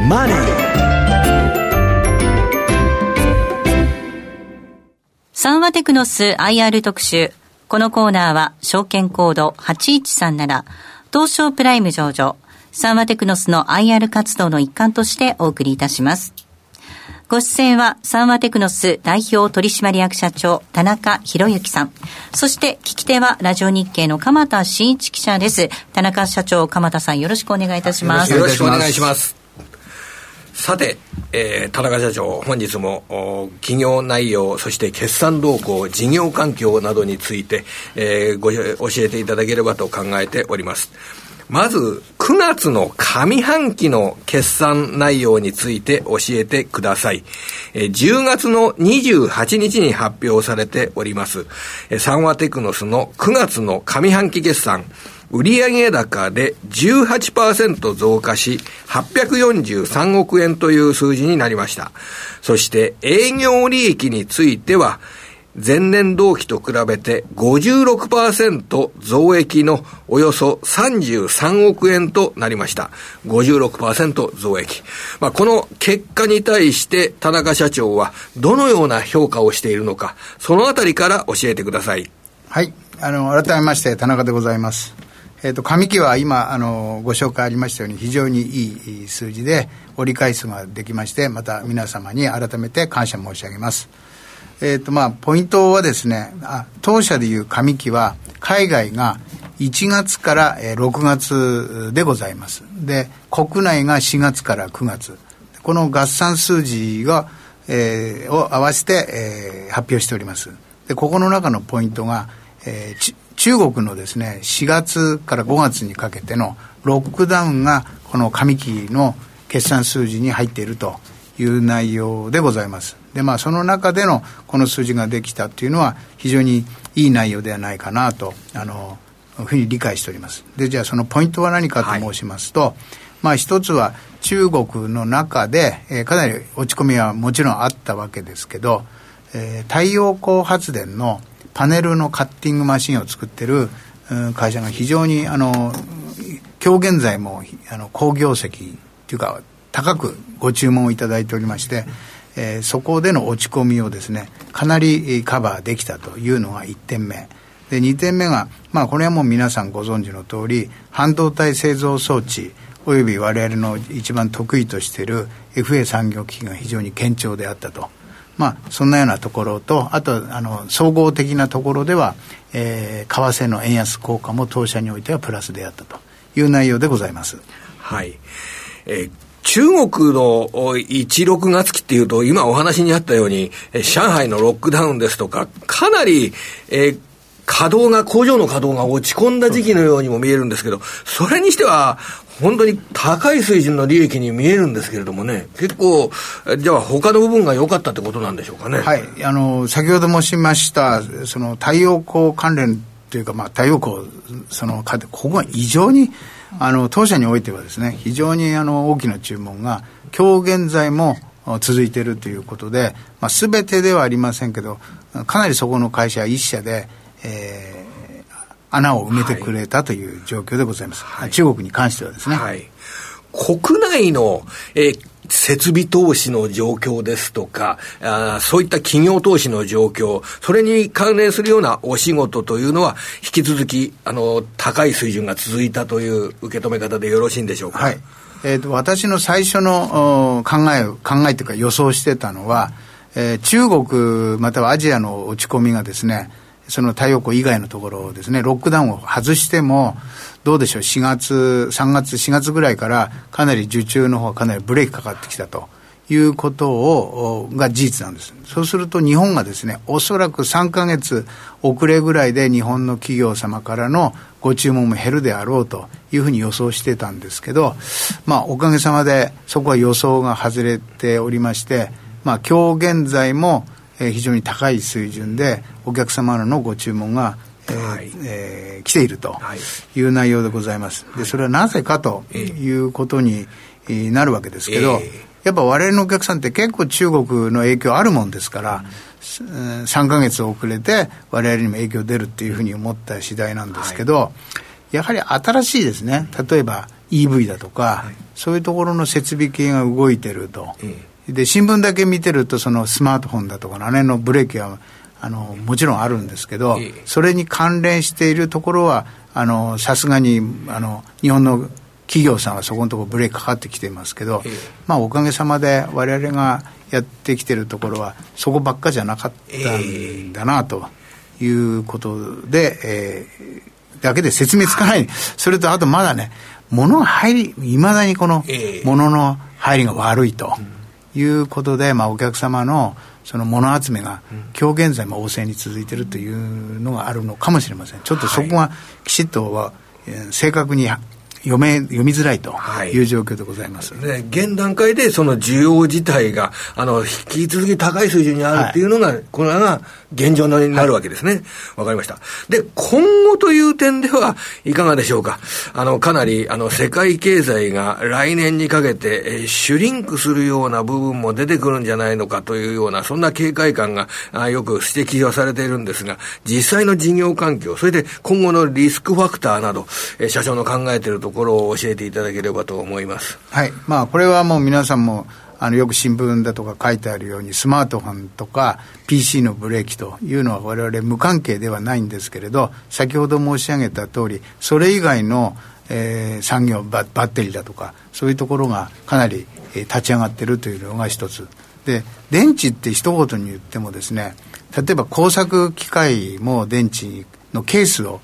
マネー。 三和テクノス IR 特集。このコーナーは証券コード8137東証プライム上場三和テクノスの IR 活動の一環としてお送りいたします。ご出演は三和テクノス代表取締役社長田中博之さん、そして聞き手はラジオ日経の鎌田新一記者です。田中社長、鎌田さん、よろしくお願いいたします。 よろしくお願いします。さて、田中社長、本日も企業内容、そして決算動向、事業環境などについて、教えていただければと考えております。まず9月の上半期の決算内容について教えてください。10月の28日に発表されております三和テクノスの9月の上半期決算、売上高で 18% 増加し843億円という数字になりました。そして営業利益については前年同期と比べて 56% 増益のおよそ33億円となりました。56% 増益。この結果に対して田中社長はどのような評価をしているのか、そのあたりから教えてください。 はい、改めまして田中でございます。上期は今ご紹介ありましたように非常にいい数字で折り返すができまして、また皆様に改めて感謝申し上げます。ポイントはですね、当社でいう上期は海外が1月から6月でございます。で、国内が4月から9月。この合算数字を合わせて、発表しております。で、ここの中のポイントが、中国のですね、4月から5月にかけてのロックダウンがこの上期の決算数字に入っているという内容でございます。で、その中でのこの数字ができたというのは非常にいい内容ではないかなとふうに理解しております。で、じゃあそのポイントは何かと申しますと、一つは中国の中で、かなり落ち込みはもちろんあったわけですけど、太陽光発電のパネルのカッティングマシンを作ってる会社が非常に今日現在も好業績というか高くご注文をいただいておりまして、そこでの落ち込みをですね、かなりカバーできたというのが1点目で、2点目が、これはもう皆さんご存知の通り、半導体製造装置および我々の一番得意としている FA 産業機器が非常に堅調であったと。そんなようなところと、あと総合的なところでは、為替の円安効果も当社においてはプラスであったという内容でございます。 はい。中国の1、6月期っていうと、今お話にあったように、上海のロックダウンですとか、かなり、工場の稼働が落ち込んだ時期のようにも見えるんですけど、それにしては本当に高い水準の利益に見えるんですけれどもね、結構じゃあ他の部分が良かったってことなんでしょうかね。 はい、先ほど申しましたその太陽光関連というか、太陽光ここが異常に当社においてはですね、非常に大きな注文が今日現在も続いているということで、全てではありませんけど、かなりそこの会社一社で穴を埋めてくれたという状況でございます。はい、中国に関してはですね。 はい、国内の、設備投資の状況ですとか、そういった企業投資の状況、それに関連するようなお仕事というのは引き続き高い水準が続いたという受け止め方でよろしいんでしょうか。 はい、私の最初の考えというか予想してたのは、中国またはアジアの落ち込みがですね、その太陽光以外のところをですね、ロックダウンを外してもどうでしょう、4月ぐらいからかなり受注の方がかなりブレーキかかってきたということが事実なんです。そうすると日本がですね、おそらく3ヶ月遅れぐらいで日本の企業様からのご注文も減るであろうというふうに予想してたんですけど、おかげさまでそこは予想が外れておりまして、今日現在も非常に高い水準でお客様のご注文が、来ているという内容でございます。で、それはなぜかということになるわけですけど、やっぱ我々のお客さんって結構中国の影響あるもんですから、3ヶ月遅れて我々にも影響出るっていうふうに思った次第なんですけど、やはり新しいですね、例えば EV だとか、そういうところの設備系が動いてると、で新聞だけ見てるとそのスマートフォンだとかあれのブレーキはもちろんあるんですけど、それに関連しているところはさすがに日本の企業さんはそこのところブレーキかかってきていますけど、まあおかげさまで我々がやってきているところはそこばっかじゃなかったんだなということで、だけで説明つかない。それとあとまだね、物がいまだにこの物の入りが悪いということで、まあお客様のその物集めが今日現在も旺盛に続いているというのがあるのかもしれません。ちょっとそこがきちっとは正確に読みづらいという状況でございます、 現段階でその需要自体が引き続き高い水準にあるっていうのが、これが現状になるわけですね。わかりました。で、今後という点ではいかがでしょうか。かなり世界経済が来年にかけてシュリンクするような部分も出てくるんじゃないのかというような、そんな警戒感がよく指摘はされているんですが、実際の事業環境、それで今後のリスクファクターなど、社長の考えているところを教えていただければと思います。 はい。まあこれはもう皆さんもよく新聞だとか書いてあるように、スマートフォンとか PC のブレーキというのは我々無関係ではないんですけれど、先ほど申し上げた通りそれ以外の、産業バッテリーだとかそういうところがかなり、立ち上がっているというのが一つで、電池って一言に言ってもですね、例えば工作機械も電池のケースを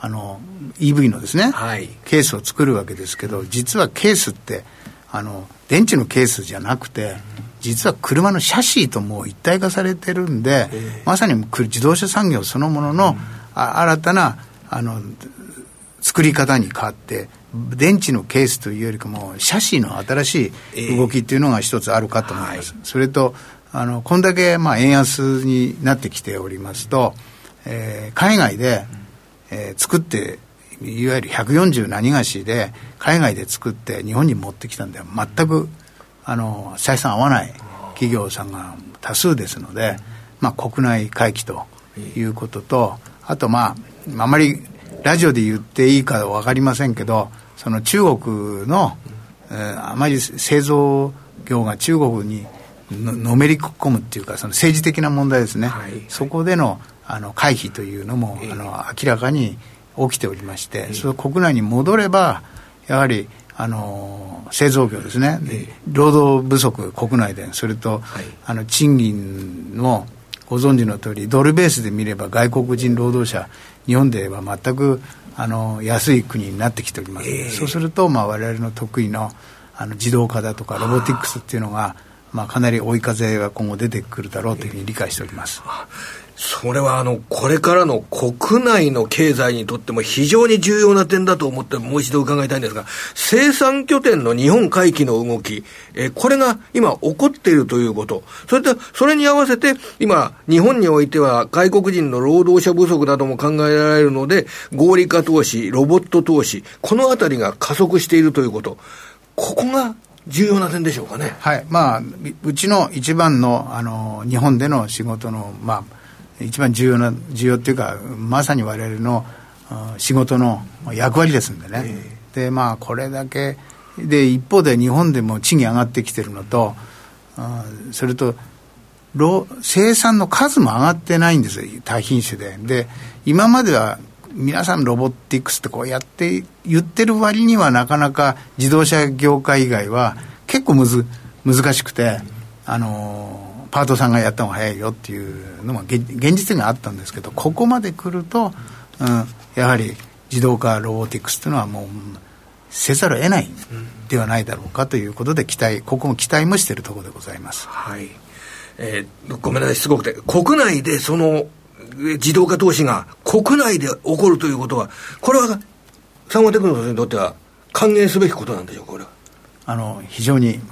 EV のですね、ケースを作るわけですけど、実はケースって電池のケースじゃなくて、実は車のシャシーともう一体化されてるんで、まさに自動車産業そのものの新たな作り方に変わって、電池のケースというよりかもシャシーの新しい動きっていうのが一つあるかと思います、それとこんだけ円安になってきておりますと、海外で、作っていわゆる140何がしで海外で作って日本に持ってきたんでは全く採算合わない企業さんが多数ですので、国内回帰ということと、あとあまりラジオで言っていいか分かりませんけど、その中国の、あまり製造業が中国にのめり込むっていうか、その政治的な問題ですね、そこでの回避というのも明らかに起きておりまして、それ国内に戻ればやはり製造業ですね、労働不足国内で、それと、賃金もご存知の通りドルベースで見れば外国人労働者日本では全く安い国になってきております、そうすると我々の得意の自動化だとかロボティックスっていうのがかなり追い風が今後出てくるだろうというふうに理解しております。 それはこれからの国内の経済にとっても非常に重要な点だと思ってもう一度伺いたいんですが、生産拠点の日本回帰の動き、これが今起こっているということ、それとそれに合わせて今日本においては外国人の労働者不足なども考えられるので、合理化投資、ロボット投資、このあたりが加速しているということ、ここが重要な点でしょうかね。 はい。うちの一番の日本での仕事の一番重要っていうか、まさに我々の仕事の役割ですんでね、でこれだけで一方で日本でも賃金上がってきてるのと、それと生産の数も上がってないんですよ、多品種で今までは皆さんロボティクスってこうやって言ってる割にはなかなか自動車業界以外は結構難しくて、パートさんがやった方が早いよっていうのも現実にあったんですけど、ここまで来ると、やはり自動化ロボティクスというのはもうせざるを得ないではないだろうかということでここも期待もしているところでございます。 はい。ごめんなさい、すごくて国内でその自動化投資が国内で起こるということは、これはサンワテクノスにとっては歓迎すべきことなんでしょうか。これは非常に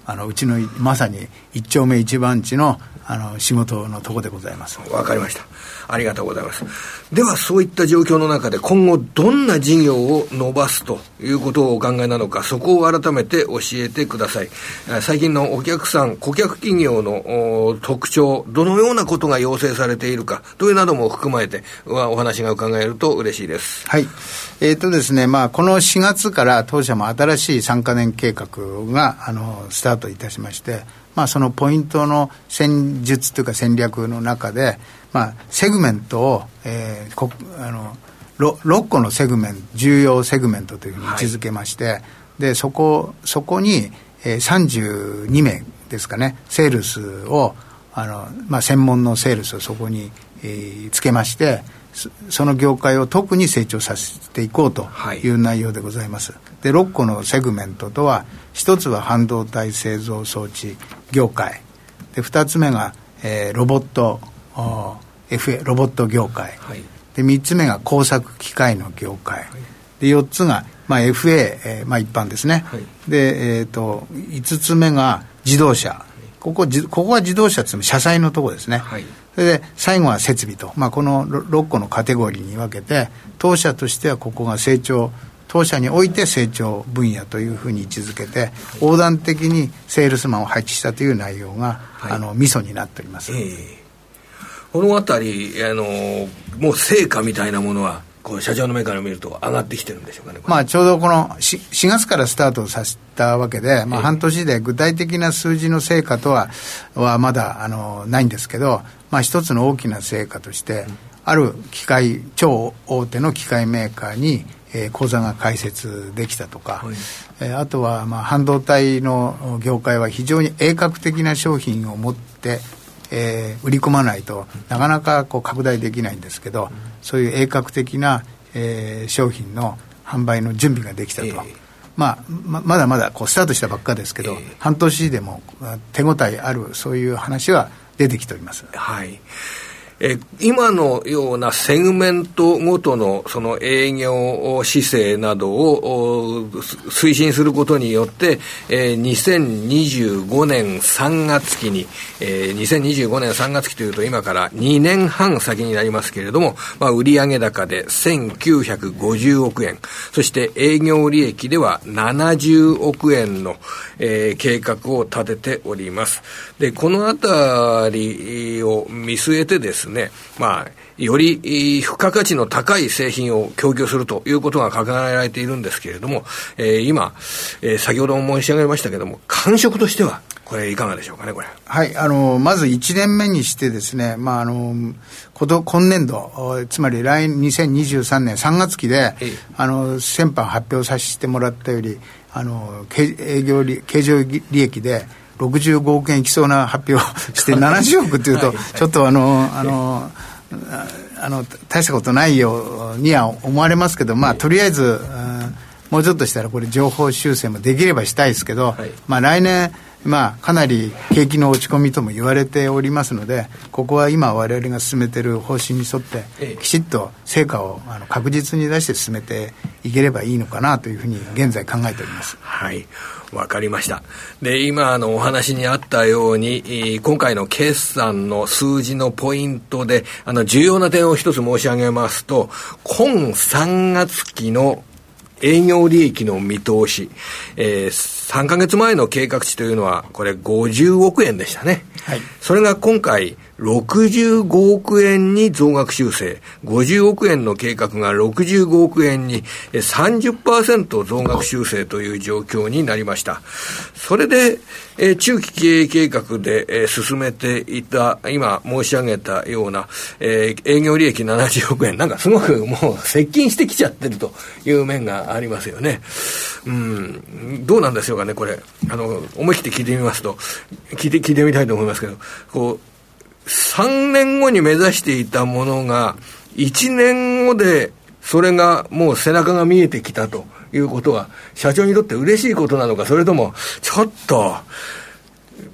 うちのまさに一丁目一番地の仕事のとこでございます。 わかりました。ありがとうございます。ではそういった状況の中で今後どんな事業を伸ばすということをお考えなのか、そこを改めて教えてください。最近のお客さん、顧客企業の特徴、どのようなことが要請されているかというなども含めてお話が伺えると嬉しいです。 はい。ですね、この4月から当社も新しい3カ年計画がスタートいたしまして、そのポイントの戦術というか戦略の中で、セグメントを、6個のセグメント、重要セグメントというふうに位置づけまして、はい、でそこに、32名ですかね、セールスを専門のセールスをそこに、つけまして、その業界を特に成長させていこうという内容でございます。で6個のセグメントとは、一つは半導体製造装置業界で、2つ目が、ロボット業界、はい、で3つ目が工作機械の業界、はい、で4つが、FA、一般ですね、はい、で、5つ目が自動車、ここは自動車って車載のところですね、はい、それで最後は設備と、この6個のカテゴリーに分けて、当社としてはここが当社において成長分野というふうに位置づけて、横断的にセールスマンを配置したという内容が、はい、ミソになっております。 このあたりもう成果みたいなものは社長の目から見ると上がってきてるんでしょうかね。 ちょうどこの 4月からスタートさせたわけで、半年で具体的な数字の成果とはまだないんですけど、一つの大きな成果として、ある超大手の機械メーカーに口座が開設できたとか、はい、あとは半導体の業界は非常に鋭角的な商品を持って売り込まないとなかなか拡大できないんですけど、そういう鋭角的な、商品の販売の準備ができたと、まだまだスタートしたばっかですけど、半年でも手応えある、そういう話は出てきております。 はい。今のようなセグメントごとのその営業姿勢などを推進することによって、2025年3月期に、2025年3月期というと今から2年半先になりますけれども、売上高で1950億円、そして営業利益では70億円の、計画を立てております。で、このあたりを見据えてですね、より付加価値の高い製品を供給するということが考えられているんですけれども、今、先ほども申し上げましたけれども、感触としてはこれいかがでしょうかね。これ、 はい、まず1年目にしてですね、今年度、つまり2023年3月期で先般発表させてもらったより、経常利益で65億円いきそうな発表して70億というとちょっと大したことないようには思われますけど、とりあえずもうちょっとしたらこれ情報修正もできればしたいですけど、来年かなり景気の落ち込みとも言われておりますので、ここは今我々が進めている方針に沿ってきちっと成果を確実に出して進めていければいいのかなというふうに現在考えております。 はい、わかりました。で、今お話にあったように、今回の決算の数字のポイントで重要な点を一つ申し上げますと、今3月期の営業利益の見通し、3ヶ月前の計画値というのはこれ50億円でしたね、はい、それが今回65億円に増額修正、50億円の計画が65億円に 30% 増額修正という状況になりました。それで、中期経営計画で、進めていた今申し上げたような、営業利益70億円、なんかすごくもう接近してきちゃってるという面がありますよね。どうなんでしょうかね、これ思い切って聞いてみますと、聞いてみたいと思いますけど、3年後に目指していたものが1年後でそれがもう背中が見えてきたということは社長にとって嬉しいことなのか、それともちょっと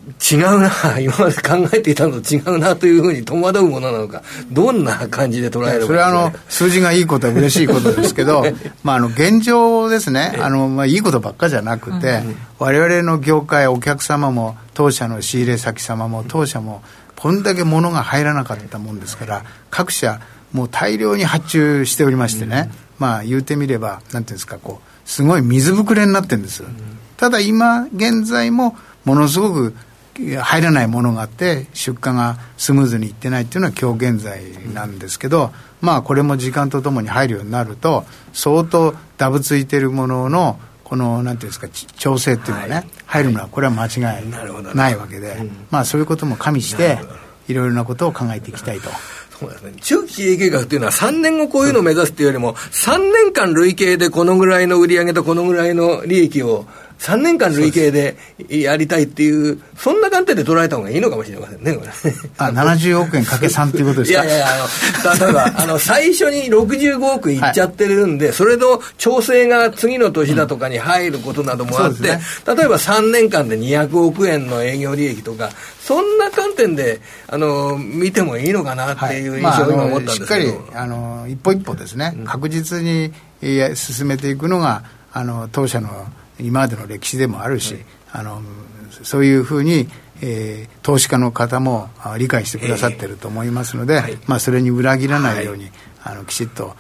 違うな、今まで考えていたのと違うなというふうに戸惑うものなのか、どんな感じで捉えるか、 それは数字がいいことは嬉しいことですけど現状ですね、いいことばっかじゃなくて、我々の業界、お客様も当社の仕入れ先様も当社もこんだけ物が入らなかったもんですから、各社もう大量に発注しておりましてね、言うてみればなんていうんですか、すごい水ぶくれになってるんです。ただ今現在もものすごく入らないものがあって出荷がスムーズにいってないっていうのは今日現在なんですけど、これも時間とともに入るようになると相当ダブついてるもののこのなんていうんですか、調整っていうのはね、入るのはこれは間違いないわけで、そういうことも加味していろいろなことを考えていきたいと。 そうですね、中期経営計画というのは3年後こういうのを目指すというよりも、3年間累計でこのぐらいの売上とこのぐらいの利益を3年間累計でやりたいっていう、そんな観点で捉えた方がいいのかもしれませんね。 70億円かけ3っていうことですか。 いや例えば最初に65億いっちゃってるんで、それの調整が次の年だとかに入ることなどもあって、例えば3年間で200億円の営業利益とか、そんな観点で見てもいいのかなっていう印象を今思ったんですけど、 しっかり一歩一歩ですね、確実に進めていくのが当社の今までの歴史でもあるし、そういうふうに、投資家の方も理解してくださっていると思いますので、それに裏切らないように、きちっと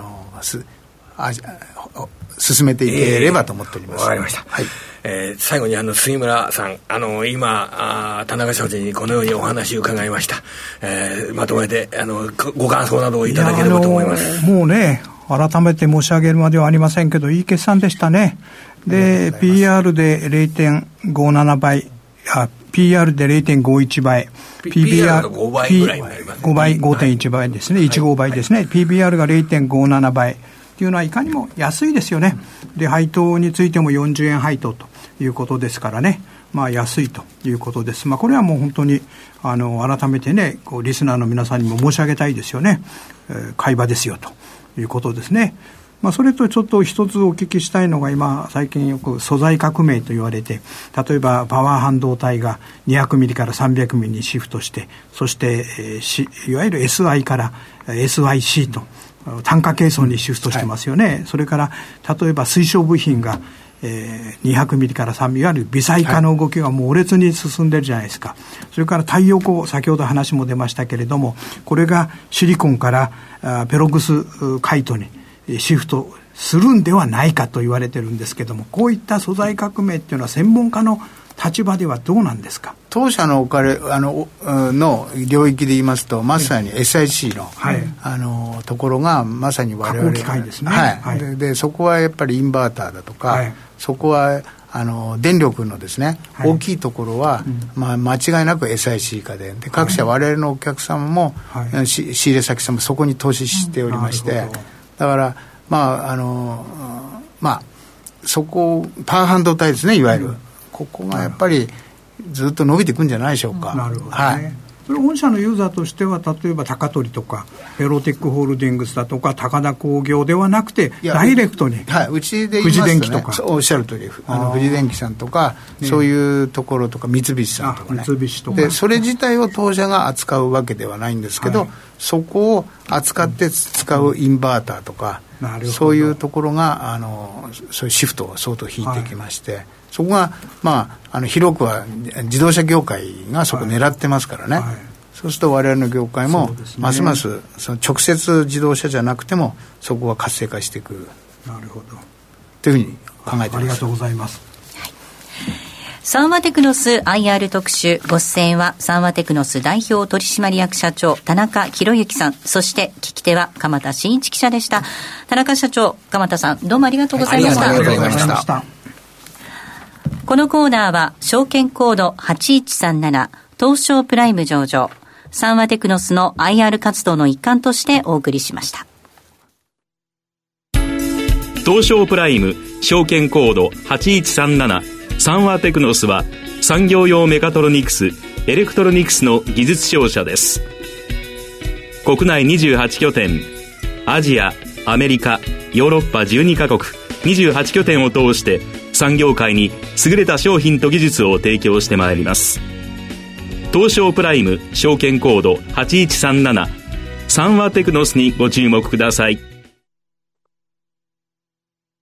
進めていければと思っております。 わかりました。最後に杉村さん、今田中社長にこのようにお話を伺いました。まとめてご感想などをいただければと思います。 もうね、改めて申し上げるまではありませんけど、いい決算でしたね。で PR で 0.57 倍、PR で 0.51 倍、 PBR が5倍ぐらいになりますね。 5倍、5.1 倍ですね、15倍ですね。PBR が 0.57 倍というのはいかにも安いですよね。で配当についても40円配当ということですからね、安いということです。これはもう本当に改めてね、リスナーの皆さんにも申し上げたいですよね。買い場ですよということですね。それとちょっと一つお聞きしたいのが、今最近よく素材革命と言われて、例えばパワー半導体が200ミリから300ミリにシフトして、そしていわゆる SI から SIC と単価計算にシフトしてますよね。それから例えば水晶部品が200ミリから3ミリ、いわゆる微細化の動きが猛烈に進んでるじゃないですか。それから太陽光、先ほど話も出ましたけれども、これがシリコンからペロクスカイトにシフトするんではないかと言われてるんですけども、こういった素材革命っていうのは専門家の立場ではどうなんですか。 当社のの領域で言いますと、まさに SIC の、ところがまさに我々 加工機械ですね。 でそこはやっぱりインバーターだとか、そこは電力のですね、大きいところは、間違いなく SIC 化で、各社我々のお客様も、仕入れ先様もそこに投資しておりまして、だからそこパワー半導体ですね、いわゆる、ここがやっぱりずっと伸びていくんじゃないでしょうか。 なるほどね。それ御社のユーザーとしては、例えば高取とかフェロテックホールディングスだとか高田工業ではなくてダイレクトに、 うちで言いますと、ね、富士電機とかおっしゃる通り、富士電機さんとか、そういうところとか三菱さんとかね、でそれ自体を当社が扱うわけではないんですけど、そこを扱って使うインバーターとか、そういうところがそういうシフトを相当引いてきまして、そこが、広くは自動車業界がそこ狙ってますからね、そうすると我々の業界もますますその直接自動車じゃなくてもそこは活性化していく。 なるほどというふうに考えています。 ありがとうございます。 サンワテクノス IR 特集、ご出演はサンワテクノス代表取締役社長田中宏之さん、そして聞き手は鎌田新一記者でした。田中社長、鎌田さん、どうもありがとうございました。 ありがとうございました。 このコーナーは証券コード8137東証プライム上場サンワテクノスの IR 活動の一環としてお送りしました。 東証プライム証券コード8137サンワテクノスは産業用メカトロニクス、エレクトロニクスの技術商社です。国内28拠点、アジア、アメリカ、ヨーロッパ12カ国28拠点を通して産業界に優れた商品と技術を提供してまいります。 東証プライム証券コード8137、サンワテクノスにご注目ください。